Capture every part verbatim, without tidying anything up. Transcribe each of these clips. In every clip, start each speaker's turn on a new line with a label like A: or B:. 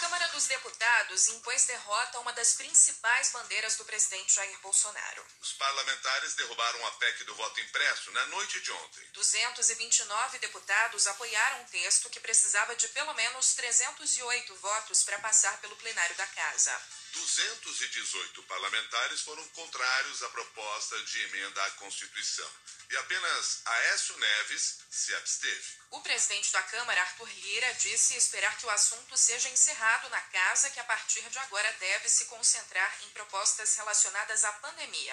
A: Câmara dos Deputados impôs derrota a uma das principais bandeiras do presidente Jair Bolsonaro.
B: Os parlamentares derrubaram a P E C do voto impresso na noite de ontem.
A: duzentos e vinte e nove deputados apoiaram um texto que precisava de pelo menos trezentos e oito votos para passar pelo plenário da Casa.
B: duzentos e dezoito parlamentares foram contrários à proposta de emenda à Constituição. E apenas Aécio Neves se absteve.
A: O presidente da Câmara, Arthur Lira, disse esperar que o assunto seja encerrado na Casa, que a partir de agora deve se concentrar em propostas relacionadas à pandemia.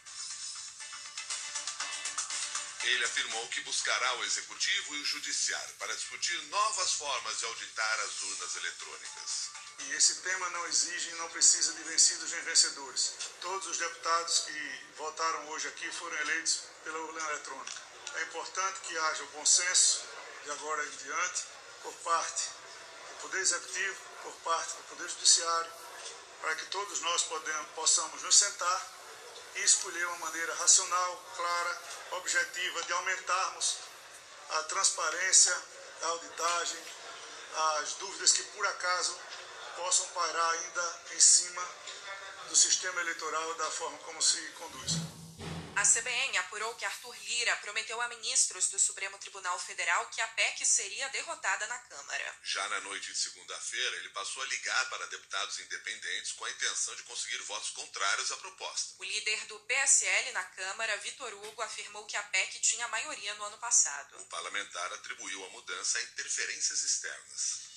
B: Ele afirmou que buscará o Executivo e o Judiciário para discutir novas formas de auditar as urnas eletrônicas.
C: E esse tema não exige e não precisa de vencidos nem vencedores. Todos os deputados que votaram hoje aqui foram eleitos pela urna eletrônica. É importante que haja o bom senso, de agora em diante, por parte do Poder Executivo, por parte do Poder Judiciário, para que todos nós podemos, possamos nos sentar e escolher uma maneira racional, clara, objetiva de aumentarmos a transparência, a auditagem, as dúvidas que por acaso possam pairar ainda em cima do sistema eleitoral e da forma como se conduz.
A: A C B N apurou que Arthur Lira prometeu a ministros do Supremo Tribunal Federal que a P E C seria derrotada na Câmara.
B: Já na noite de segunda-feira, ele passou a ligar para deputados independentes com a intenção de conseguir votos contrários à proposta.
A: O líder do P S L na Câmara, Vitor Hugo, afirmou que a P E C tinha maioria no ano passado.
B: O parlamentar atribuiu a mudança a interferências externas.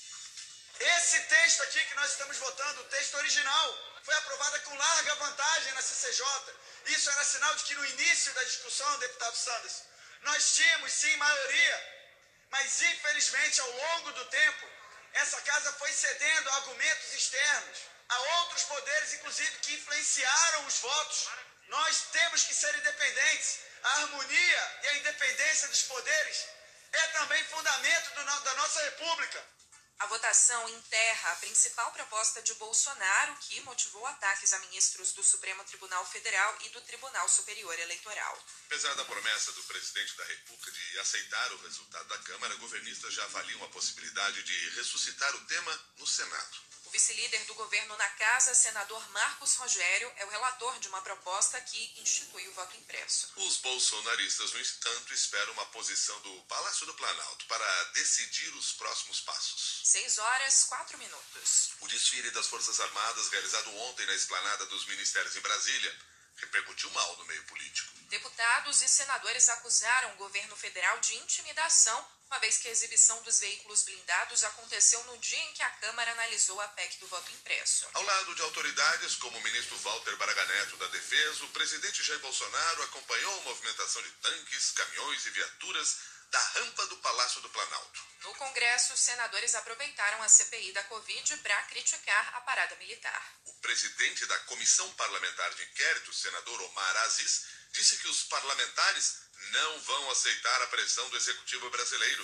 D: Esse texto aqui que nós estamos votando, o texto original, foi aprovado com larga vantagem na C C J. Isso era sinal de que no início da discussão, deputado Sanders, nós tínhamos sim maioria, mas infelizmente ao longo do tempo, essa casa foi cedendo a argumentos externos, a outros poderes, inclusive, que influenciaram os votos. Nós temos que ser independentes. A harmonia e a independência dos poderes é também fundamento do, da nossa república.
A: A votação enterra a principal proposta de Bolsonaro, que motivou ataques a ministros do Supremo Tribunal Federal e do Tribunal Superior Eleitoral.
B: Apesar da promessa do presidente da República de aceitar o resultado da Câmara, governistas já avaliam a possibilidade de ressuscitar o tema no Senado.
A: O vice-líder do governo na Casa, senador Marcos Rogério, é o relator de uma proposta que institui o voto impresso.
B: Os bolsonaristas, no entanto, esperam uma posição do Palácio do Planalto para decidir os próximos passos.
A: Seis horas, quatro minutos.
B: O desfile das Forças Armadas, realizado ontem na esplanada dos Ministérios em Brasília, repercutiu mal no meio político.
A: Deputados e senadores acusaram o governo federal de intimidação, uma vez que a exibição dos veículos blindados aconteceu no dia em que a Câmara analisou a P E C do voto impresso.
B: Ao lado de autoridades como o ministro Walter Braga Neto da Defesa, o presidente Jair Bolsonaro acompanhou a movimentação de tanques, caminhões e viaturas da rampa do Palácio do Planalto.
A: No Congresso, os senadores aproveitaram a C P I da Covid para criticar a parada militar.
B: O presidente da Comissão Parlamentar de Inquérito, senador Omar Aziz, disse que os parlamentares não vão aceitar a pressão do Executivo brasileiro.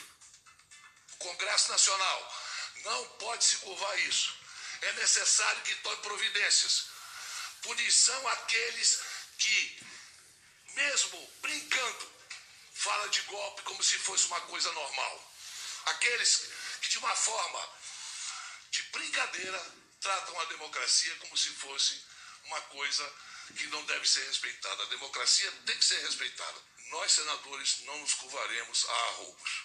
E: O Congresso Nacional não pode se curvar a isso. É necessário que tome providências. Punição àqueles que, mesmo brincando, falam de golpe como se fosse uma coisa normal. Aqueles que, de uma forma de brincadeira, tratam a democracia como se fosse uma coisa que não deve ser respeitada. A democracia tem que ser respeitada. Nós, senadores, não nos curvaremos a arroubos.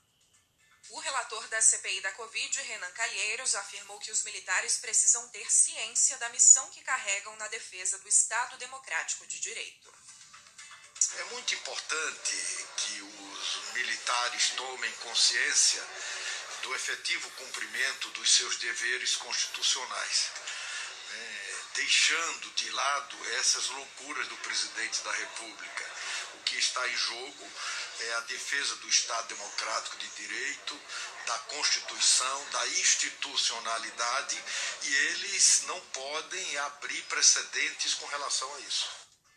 A: O relator da C P I da Covid, Renan Calheiros, afirmou que os militares precisam ter ciência da missão que carregam na defesa do Estado Democrático de Direito.
F: É muito importante que os militares tomem consciência do efetivo cumprimento dos seus deveres constitucionais, né? Deixando de lado essas loucuras do presidente da República. O que está em jogo é a defesa do Estado Democrático de Direito, da Constituição, da institucionalidade, e eles não podem abrir precedentes com relação a isso.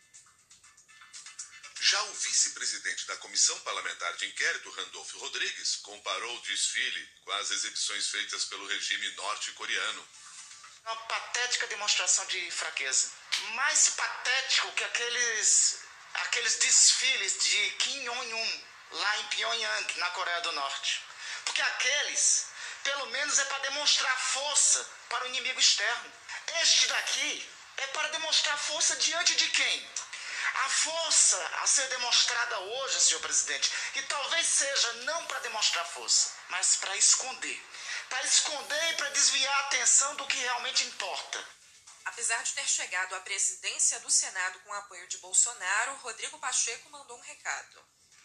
B: Já o vice-presidente da Comissão Parlamentar de Inquérito, Randolfo Rodrigues, comparou o desfile com as exibições feitas pelo regime norte-coreano.
G: Uma patética demonstração de fraqueza. Mais patético que aqueles, aqueles desfiles de Kim Jong-un lá em Pyongyang, na Coreia do Norte. Porque aqueles pelo menos é para demonstrar força para o inimigo externo. Este daqui é para demonstrar força diante de quem? A força a ser demonstrada hoje, senhor presidente, e talvez seja não para demonstrar força, mas para esconder. Para esconder e para desviar a atenção do que realmente importa.
A: Apesar de ter chegado à presidência do Senado com o apoio de Bolsonaro, Rodrigo Pacheco mandou um recado.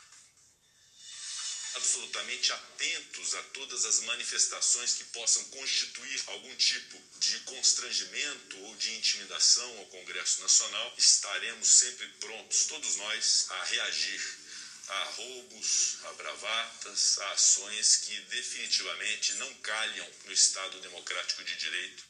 H: Absolutamente atentos a todas as manifestações que possam constituir algum tipo de constrangimento ou de intimidação ao Congresso Nacional. Estaremos sempre prontos, todos nós, a reagir a roubos, a bravatas, a ações que definitivamente não calham no Estado Democrático de Direito.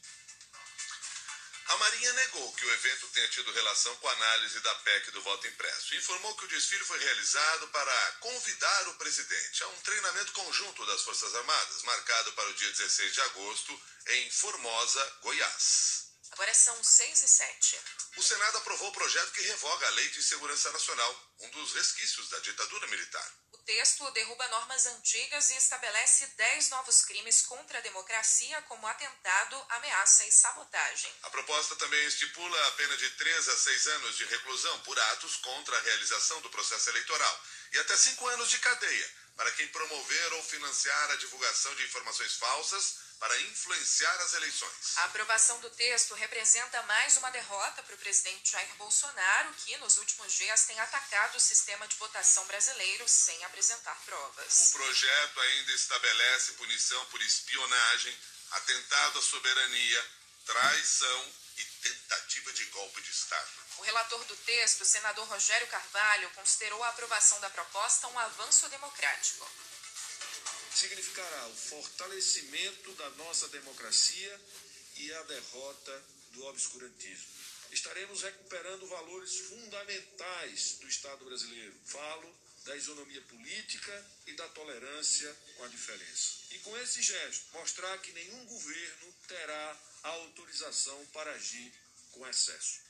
B: A Marinha negou que o evento tenha tido relação com a análise da P E C do voto impresso. Informou que o desfile foi realizado para convidar o presidente a um treinamento conjunto das Forças Armadas, marcado para o dia dezesseis de agosto, em Formosa, Goiás.
A: Agora são seis e sete.
B: O Senado aprovou o projeto que revoga a Lei de Segurança Nacional, um dos resquícios da ditadura militar.
A: O texto derruba normas antigas e estabelece dez novos crimes contra a democracia, como atentado, ameaça e sabotagem.
B: A proposta também estipula a pena de três a seis anos de reclusão por atos contra a realização do processo eleitoral e até cinco anos de cadeia para quem promover ou financiar a divulgação de informações falsas para influenciar as eleições.
A: A aprovação do texto representa mais uma derrota para o presidente Jair Bolsonaro, que nos últimos dias tem atacado o sistema de votação brasileiro sem apresentar provas.
B: O projeto ainda estabelece punição por espionagem, atentado à soberania, traição e tentativa de golpe de Estado.
A: O relator do texto, o senador Rogério Carvalho, considerou a aprovação da proposta um avanço democrático.
I: Significará o fortalecimento da nossa democracia e a derrota do obscurantismo. Estaremos recuperando valores fundamentais do Estado brasileiro. Falo da isonomia política e da tolerância com a diferença. E com esse gesto, mostrar que nenhum governo terá a autorização para agir com excesso.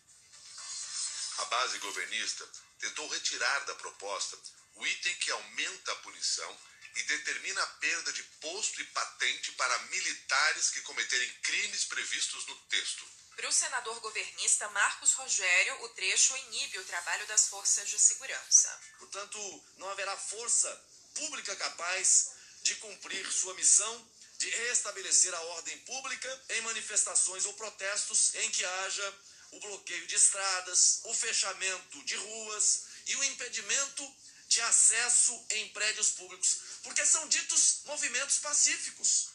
B: A base governista tentou retirar da proposta o item que aumenta a punição e determina a perda de posto e patente para militares que cometerem crimes previstos no texto.
A: Para o senador governista Marcos Rogério, o trecho inibe o trabalho das forças de segurança.
J: Portanto, não haverá força pública capaz de cumprir sua missão de restabelecer a ordem pública em manifestações ou protestos em que haja o bloqueio de estradas, o fechamento de ruas e o impedimento de acesso em prédios públicos, porque são ditos movimentos pacíficos.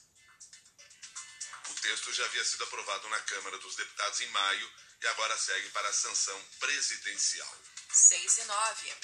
B: O texto já havia sido aprovado na Câmara dos Deputados em maio e agora segue para a sanção presidencial.
A: seis e nove.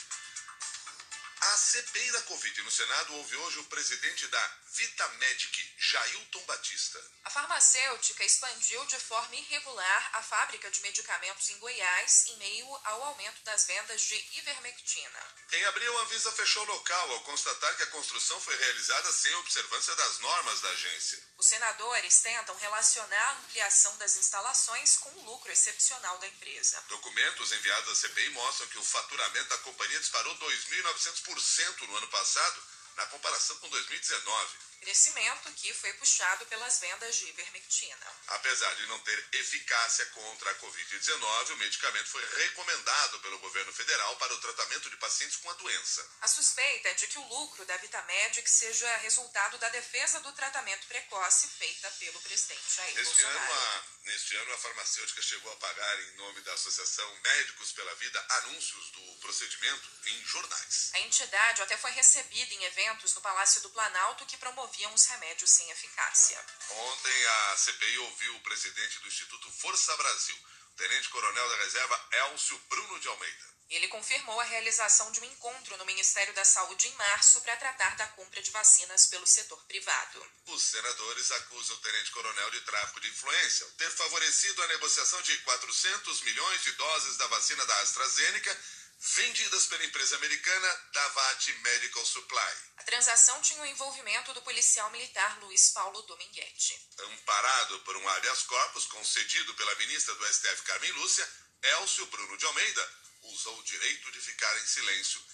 B: A C P I da Covid no Senado ouve hoje o presidente da Vitamedic, Jailton Batista.
A: A farmacêutica expandiu de forma irregular a fábrica de medicamentos em Goiás em meio ao aumento das vendas de ivermectina.
B: Em abril, a Anvisa fechou o local ao constatar que a construção foi realizada sem observância das normas da agência.
A: Os senadores tentam relacionar a ampliação das instalações com o lucro excepcional da empresa.
B: Documentos enviados à C P I mostram que o faturamento da companhia disparou dois mil e novecentos por cento no ano passado, na comparação com dois mil e dezenove.
A: Crescimento que foi puxado pelas vendas de ivermectina.
B: Apesar de não ter eficácia contra a covid dezenove, o medicamento foi recomendado pelo governo federal para o tratamento de pacientes com a doença.
A: A suspeita é de que o lucro da Vitamedic seja resultado da defesa do tratamento precoce feita pelo presidente Jair
B: neste
A: Bolsonaro.
B: Ano, a, neste ano, a farmacêutica chegou a pagar, em nome da Associação Médicos pela Vida, anúncios do procedimento em jornais.
A: A entidade até foi recebida em eventos no Palácio do Planalto que promoviam os remédios sem eficácia.
B: Ontem, a C P I ouviu o presidente do Instituto Força Brasil, o tenente-coronel da reserva Elcio Bruno de Almeida.
A: Ele confirmou a realização de um encontro no Ministério da Saúde em março para tratar da compra de vacinas pelo setor privado.
B: Os senadores acusam o tenente-coronel de tráfico de influência, ter favorecido a negociação de quatrocentos milhões de doses da vacina da AstraZeneca, vendidas pela empresa americana Davat Medical Supply.
A: A transação tinha o envolvimento do policial militar Luiz Paulo Dominguete.
B: Amparado por um habeas corpus concedido pela ministra do S T F, Carmen Lúcia, Elcio Bruno de Almeida usou o direito de ficar em silêncio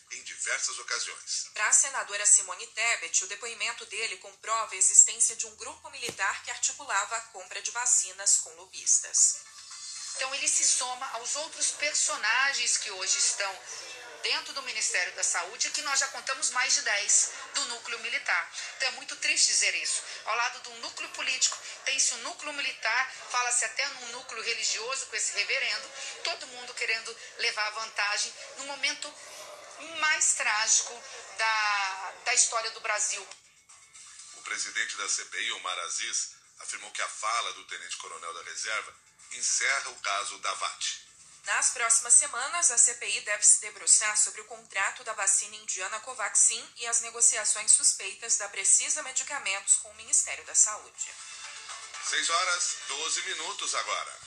B: em diversas ocasiões.
A: Para a senadora Simone Tebet, o depoimento dele comprova a existência de um grupo militar que articulava a compra de vacinas com lobistas.
K: Então ele se soma aos outros personagens que hoje estão dentro do Ministério da Saúde, que nós já contamos mais de dez do núcleo militar. Então é muito triste dizer isso. Ao lado do núcleo político, tem-se um núcleo militar, fala-se até num núcleo religioso com esse reverendo, todo mundo querendo levar vantagem no momento mais trágico da, da história do Brasil.
B: O presidente da C P I, Omar Aziz, afirmou que a fala do tenente-coronel da reserva encerra o caso da V A T.
A: Nas próximas semanas, a C P I deve se debruçar sobre o contrato da vacina indiana Covaxin e as negociações suspeitas da Precisa Medicamentos com o Ministério da Saúde.
B: seis horas, doze minutos agora.